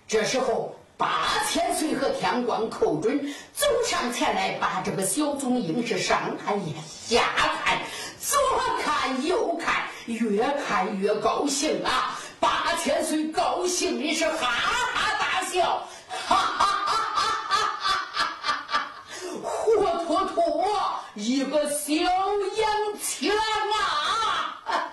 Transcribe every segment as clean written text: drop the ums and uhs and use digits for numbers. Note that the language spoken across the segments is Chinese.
这时候8000岁和天光寇准走上前来，把这个小总营是上看下看，左看右看，越看越高兴啊！8000岁高兴的是哈哈大笑，哈哈哈哈哈哈！活脱脱一个小洋枪啊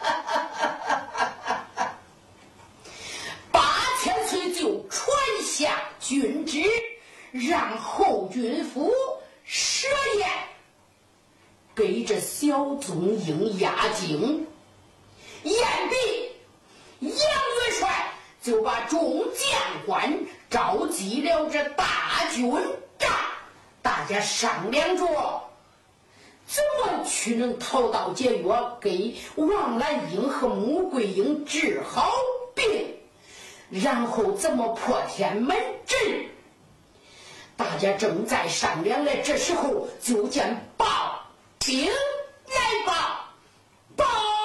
！8000岁就传下军旨，让后军府设宴，给这小总营压惊。宴毕，杨元帅就把众将官召集了这大军帐，大家商量着怎么去能逃到节约，给王兰英和穆桂英治好病，然后怎么破天门阵。大家正在商量呢，这时候就见报兵来报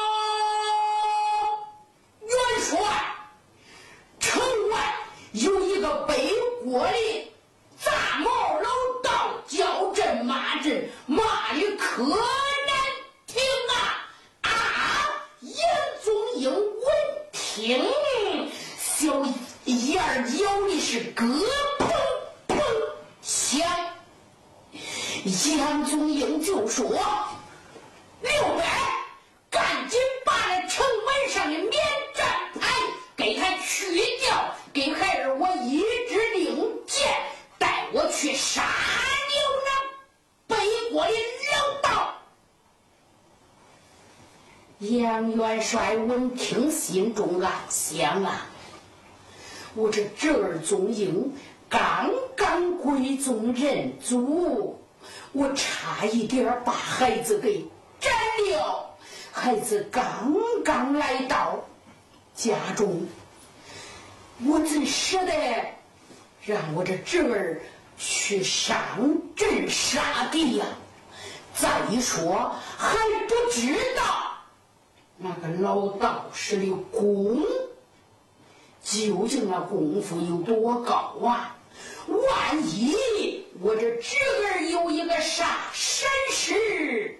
元帅，城外有一个背锅里杂毛老道叫阵骂阵，骂的可难听杨宗英闻听，小眼儿咬的是咯砰砰响。杨宗英就说：“刘备，赶紧把那城门上的免战牌给他去掉，给孩儿我一支令箭，带我去杀掉那背锅的老道。”杨元帅闻听，心中暗想啊，我这侄儿宗英刚刚归宗认祖，我差一点把孩子给斩了。孩子刚刚来到家中，我怎舍得让我这侄儿去上阵杀敌呀？再说还不知道那个老道士的功究竟那功夫有多高啊？万一我这侄儿有一个啥闪失，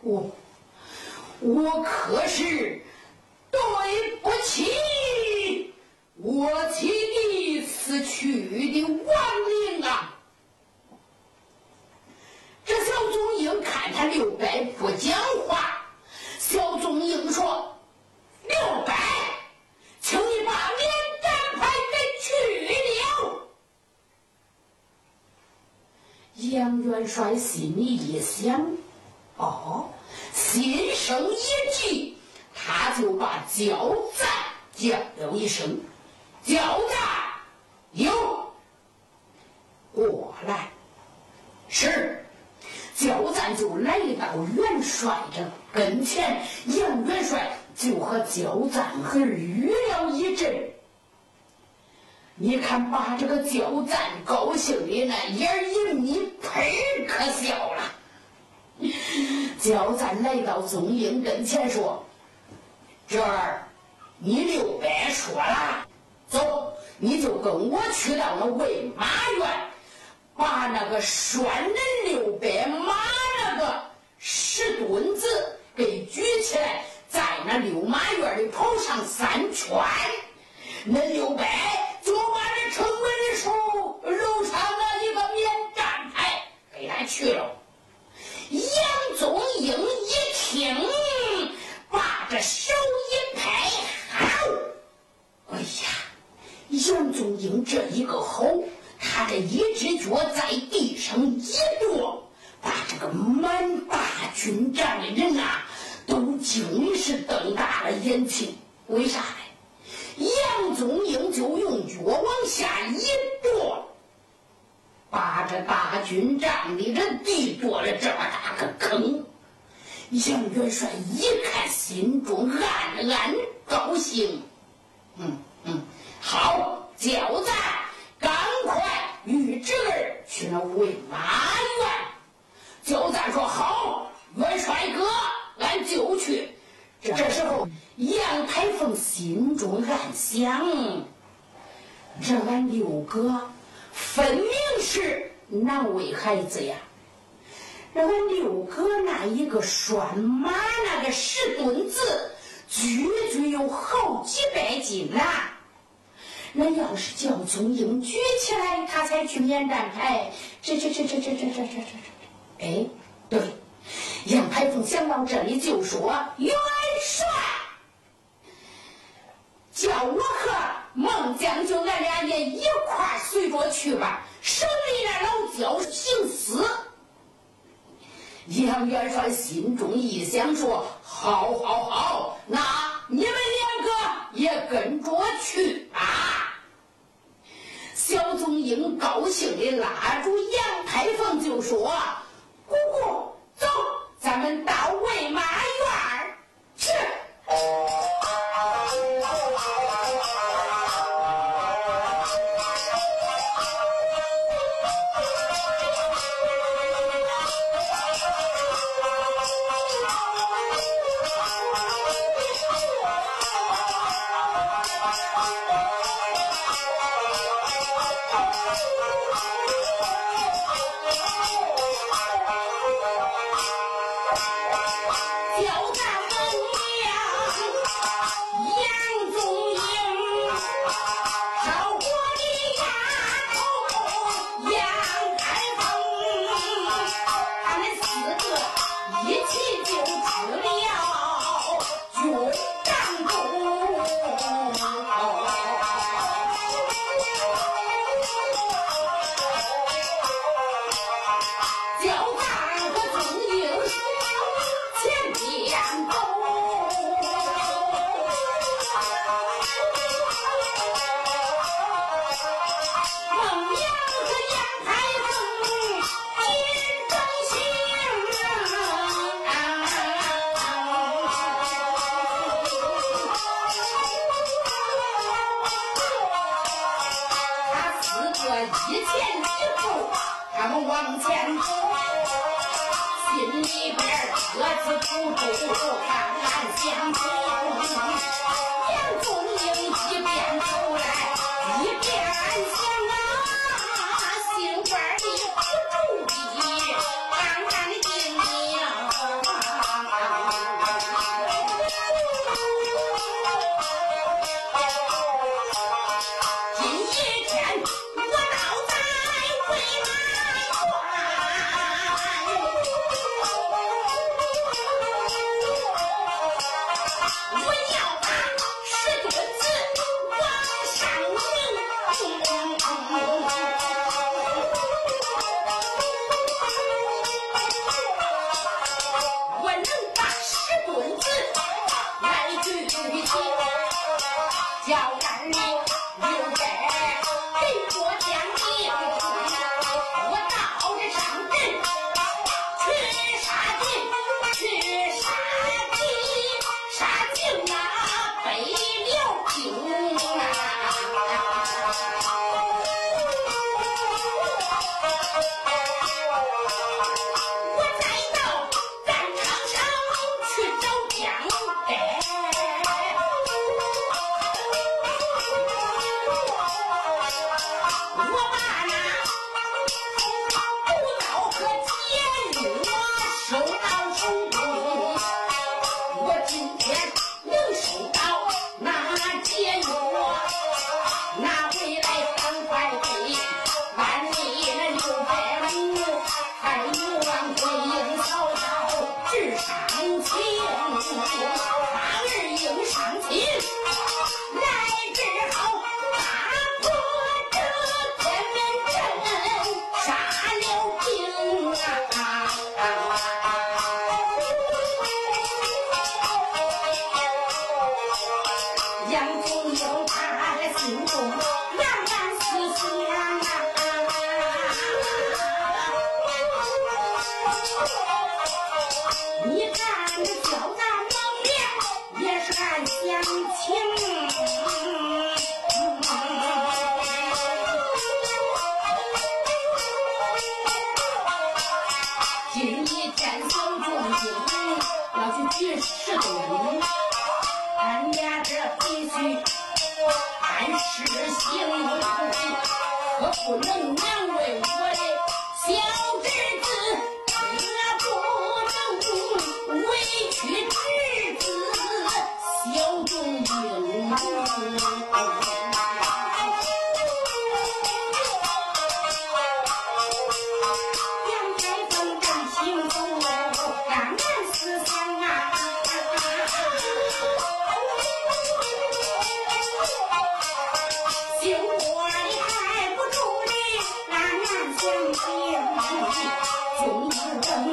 我可是对不起我妻弟死去的亡灵啊！这小宗英看他刘备不讲话，小宗英说：“刘备，请你把免战牌给去了。”杨元帅心里一想，心生一计，他就把焦赞叫了一声：“焦赞，有过来。”是。焦赞就来到元帅的跟前，杨元帅就和焦赞耳语了一阵。你看把这个焦赞高兴的那眼一眯，呸，可笑了。焦赞来到宗英跟前说：“这儿你刘备说了，走，你就跟我去到那魏马院，把那个拴人刘备马那个石墩子给举起来，在那溜马院里跑上3圈，那刘备就把这城门的时候楼上的一个免战牌给他去了。”杨宗英一听，把这手一拍，好！哎呀，杨宗英这一个吼，他这一只脚在地上一跺，把这个满大军帐的人啊都惊的是瞪大了眼睛。为啥呢？杨宗英就用脚往下一跺，把这大军帐里的地跺了这么大个坑。杨元帅一看，心中暗暗高兴。好，焦赞，赶快与侄儿去那魏马院。焦赞说：“好，元帅哥，俺就去。”这时候杨太凤心中暗想： 这俺六哥分明是难为孩子呀！让俺六哥那一个拴马那个10吨子，句句有好几百斤呐！那要是叫宗英举起来，他才去免战牌。这，哎，对，杨排风想到这里就说：“元帅，叫我和孟将军俺俩也一块随着去吧，省里那老焦行死。”杨元帅心中一想说：“好，那你们2个也跟着去啊！”小宗英高兴地拉住杨排风就说：“姑姑，走，咱们到喂马院去。”叫俺留在给我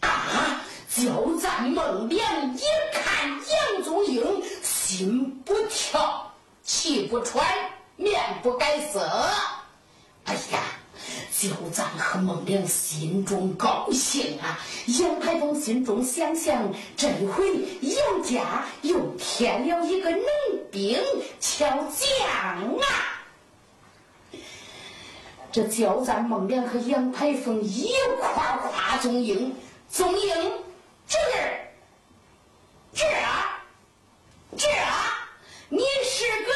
啊！交战孟良一看杨宗英，心不跳，气不喘，面不改色。哎呀！交战和孟良心中高兴啊，杨排风心中想想，这回杨家又添了一个能兵巧将啊。这交战孟良和杨排风一块夸宗英，宗英这你是个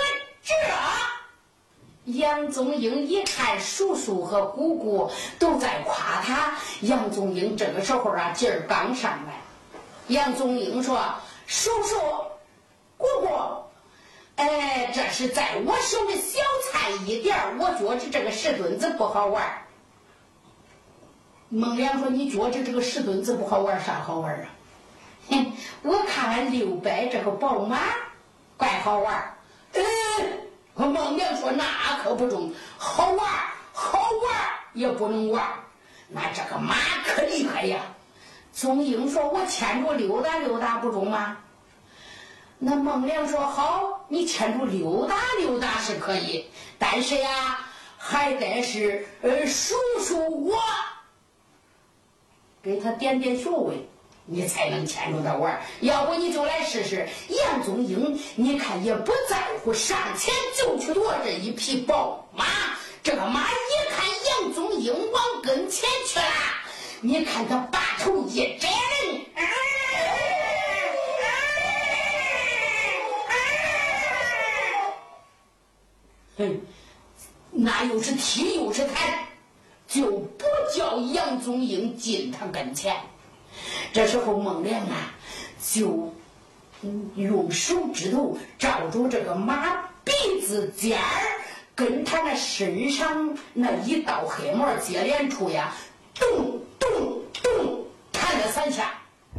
杨宗英一看叔叔和姑姑都在夸他，杨宗英这个时候啊劲儿刚上来。杨宗英说：“叔叔姑姑，这是在我手里小菜一点，我觉着这个石墩子不好玩。”孟良说：“你觉着这个石墩子不好玩，啥好玩啊？”哼，我看六百这个宝马怪好玩。孟良说：“那可不中，好玩也不能玩，那这个马可厉害呀。”宗英说：“我牵着溜达溜达不中吗？”那孟良说：“好，你牵着溜达溜达是可以，但是呀，还得是叔叔我给他点点穴位，你才能牵着他玩。要不你就来试试。”杨宗英你看也不在乎，上前就去夺这一匹宝马。这个马一看杨宗英往跟前去了，你看他把头一摘那又是踢又是弹，就不叫杨宗英进他跟前。这时候孟良啊就用手指头照住这个马鼻子尖儿跟他那身上那一道黑毛接连处呀，咚咚咚弹了3下。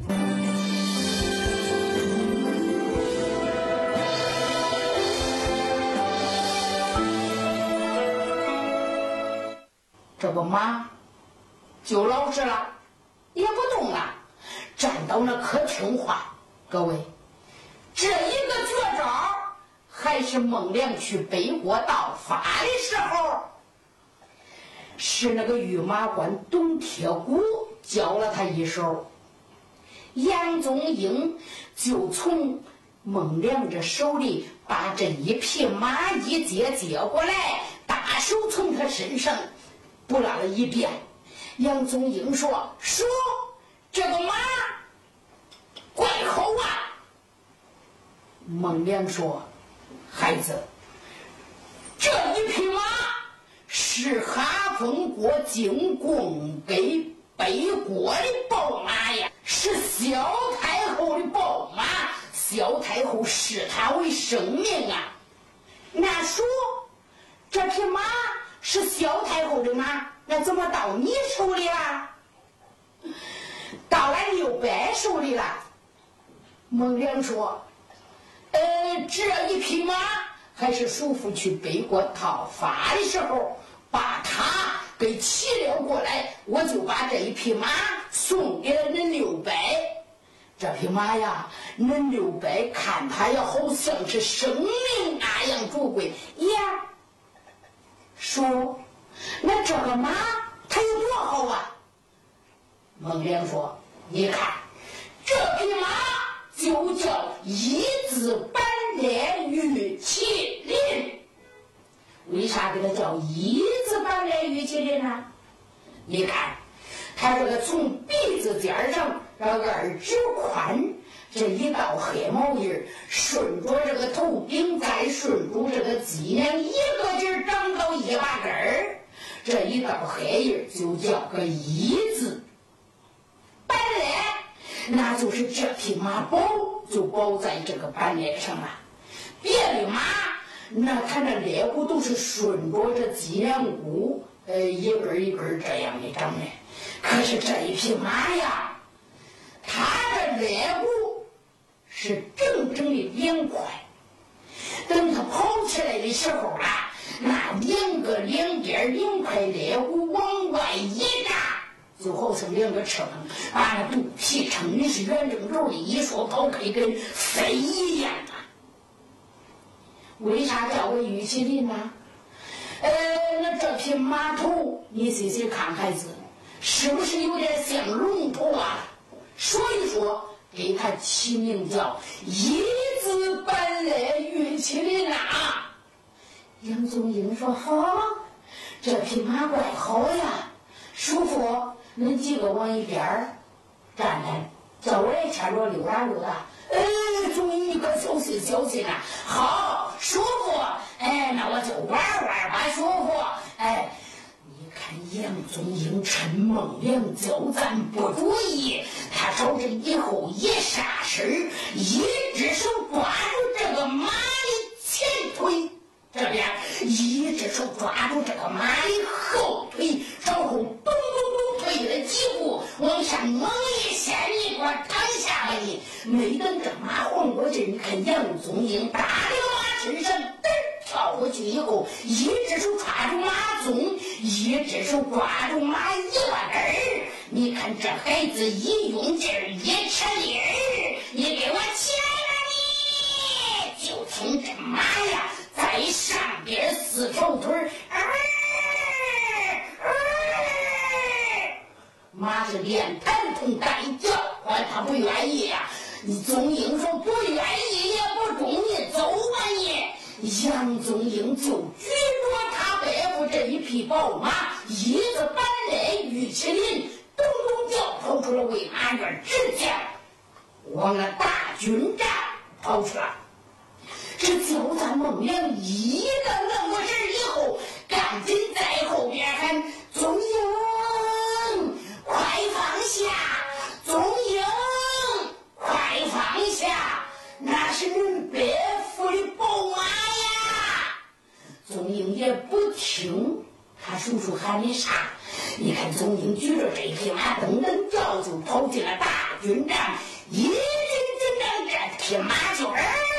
这个马就老实了，也不动了，站到那可听话。各位，这一个绝招还是孟良去北国盗发的时候，是那个御马官董铁骨教了他一手。杨宗英就从孟良这手里把这一匹马一接过来，大手从他身上拨拉了一遍。杨宗英说：“叔，这个马怪好啊。”孟良说：“孩子，这一匹马是哈风国进贡给北国的宝马呀，是萧太后的宝马，萧太后视它为生命啊。那说这匹马是萧太后的马，那怎么到你手里了？到了600手里了。”孟良说：“这一匹马还是叔父去北国讨伐的时候把它给骑了过来，我就把这一匹马送给了恁600。这匹马呀，恁600看它呀，好像是生命那样珍贵呀。说，那这个马它有多好啊？”孟良说：“你看，这匹马就叫一字板脸玉麒麟。为啥给它叫一字板脸玉麒麟呢？你看，它这个从鼻子尖上2指宽，这一道黑毛印顺着这个头顶，再顺着这个脊梁，一个劲儿长到1把根儿，这一道黑印就叫个一字板脸。那就是这匹马宝就宝在这个板脸上了。别的马那它那肋骨都是顺着这脊梁骨一根一根这样的长的，可是这一匹马呀，它的肋骨是整整的2块。等它跑起来的时候啊，那2边2块肋骨往外一扎， 最后是两个车棚，把那肚皮撑的是圆正轴的，一说跑可以跟飞一样啊！为啥叫我玉麒麟呢？那这匹马头，你细细看孩子，是不是有点像龙头啊？所以说，给他起名叫一字半类玉麒麟啊！杨宗英说：“好，这匹马怪好呀，叔父。”恁几个往一边站站，叫我也牵着溜达溜达。终于你可小心小心啊！好，叔父，那我就玩玩吧，叔父。你看杨宗英趁孟良交战不注意，他朝这以后一杀身，一只手抓住这个马的前腿，这边一只手抓住这个马的后腿，然后咚咚咚退了几步，往上猛一掀一块躺下来的。没等这马晃过劲，你看杨宗英打这个马身上，跳过去以后，一只手抓住马鬃，一只手抓住马尾巴根儿。你看这孩子一用劲儿，一吃力儿，你给我牵了你！就听这马呀，在上边四条腿儿，马是连弹痛带叫唤，他不愿意呀。你宗英说不愿意也不中，你走吧你。杨宗英就举着他背负这一匹宝马，一字板类玉麒麟，咚咚叫跑出了魏马院，直接往那大军站跑去了。这交战孟良一个愣过神以后，赶紧在后边喊：“宗英，快放下！宗英，快放下！那是恁伯父的宝马呀！”宗英也不听他叔叔喊的啥。你看宗英举着这匹马，噔噔叫就跑进了大军帐，一阵阵让这匹马就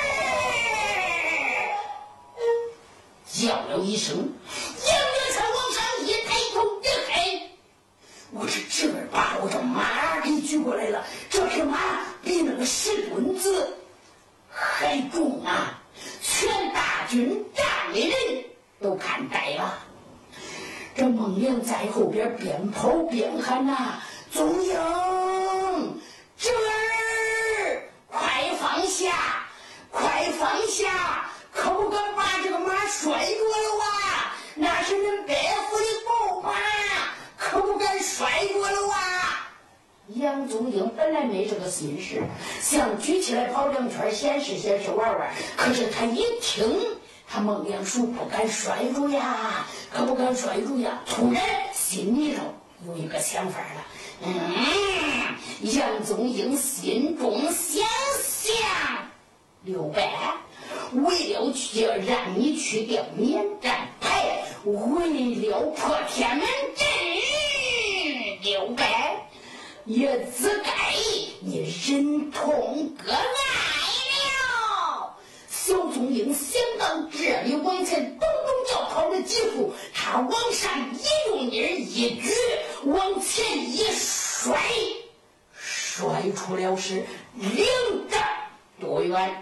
叫了一声，杨元帅往上一抬头一看，我是正儿把我这马给举过来了，这匹马比那个10吨子还重啊！全大军站的人都看呆了。这孟良在后边边跑边喊呐：“宗英，侄儿，快放下，快放下！可不敢把这个马摔着了啊！那是恁伯父的宝马，可不敢摔着了啊！”杨宗英本来没这个心事，想举起来跑2圈显示显示玩玩，可是他一听他孟良说不敢摔着呀，可不敢摔着呀，突然心里头有一个想法了。杨宗英心中想象，刘备为了让你去掉免战牌，为了破天门阵，刘备也只该你忍痛割爱了。小宗英想到这里，往前咚咚叫跑了几步，他往上一用力一举，往前一摔，摔出了是2丈多远。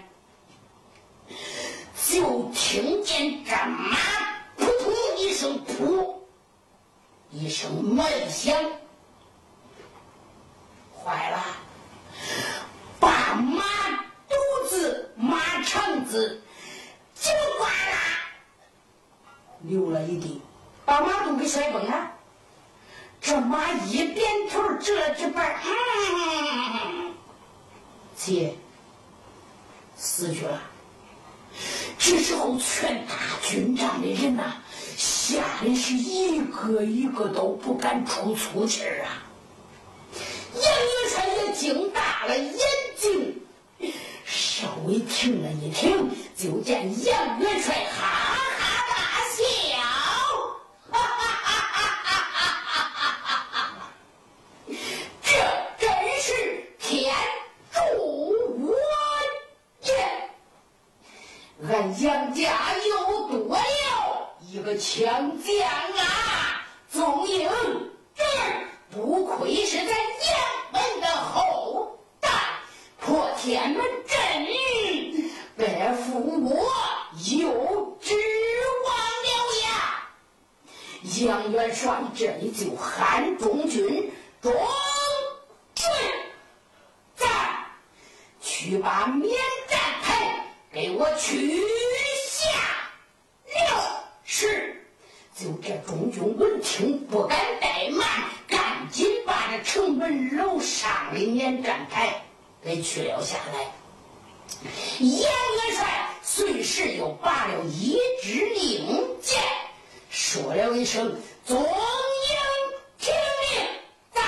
就听见这马扑通一声，噗一声闷响，坏了，把马肚子、马肠子就挂了，流了一地，把马肚给摔崩了。这马一点头，直了直板，姐死去了。这时候全大军帐的人呐，吓得是一个一个都不敢出粗气儿啊。杨元帅也惊大了眼睛，稍微停了一停，就见杨元帅哈哈大笑，哈哈哈哈哈哈！这真是天助我也！俺杨家又多了一个强将啊！宗英，这儿不愧是在杨门的后代，破天门阵，拜父我有指望了呀！杨元帅这里就喊中军中军，在去把免战牌给我取下了。是。就这中军闻听不敢怠慢，赶紧把这城门楼上的免战牌给取了下来。杨元帅随时又拔了一支令箭，说了一声总营听令，在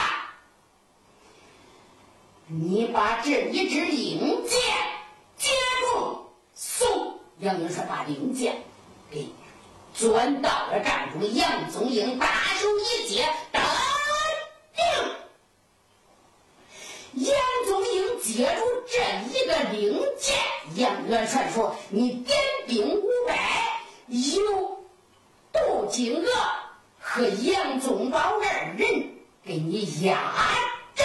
你把这一支令箭接住。嗖，杨元帅把令箭给钻到了战中，杨宗英大手一接，打令。杨宗英接住这一个令箭，杨元帅说：“你点兵500，由杜金娥和杨宗保2人给你压阵，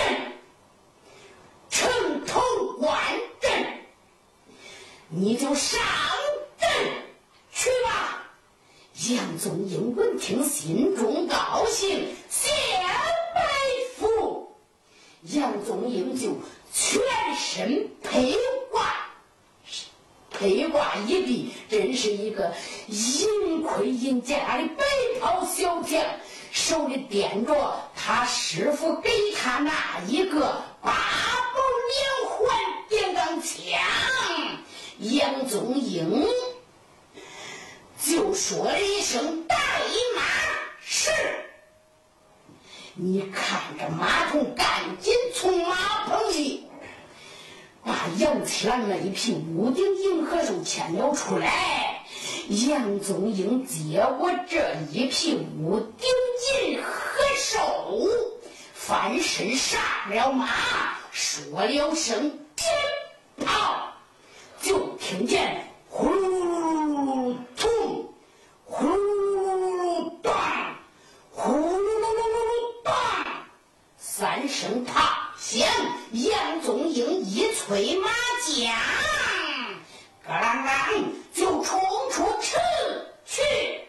城头关阵，你就上阵去吧。”杨宗英闻听，心中高兴，谢拜父。杨宗英就全身披挂一臂，真是一个银盔银甲的白袍小将，手里掂着他师傅给他那一个8宝连环电钢枪。杨宗英就说了一声：“带马！”是。你看着马童赶紧从马棚里把杨七郎那一匹屋顶银河兽牵了出来。杨宗英接过这一匹屋顶银河兽，翻身上了马，说了声鞭炮，就听见呼噜通，呼噜当，呼噜3声炮响，杨宗英一催马将，咯啷啷就冲出城去。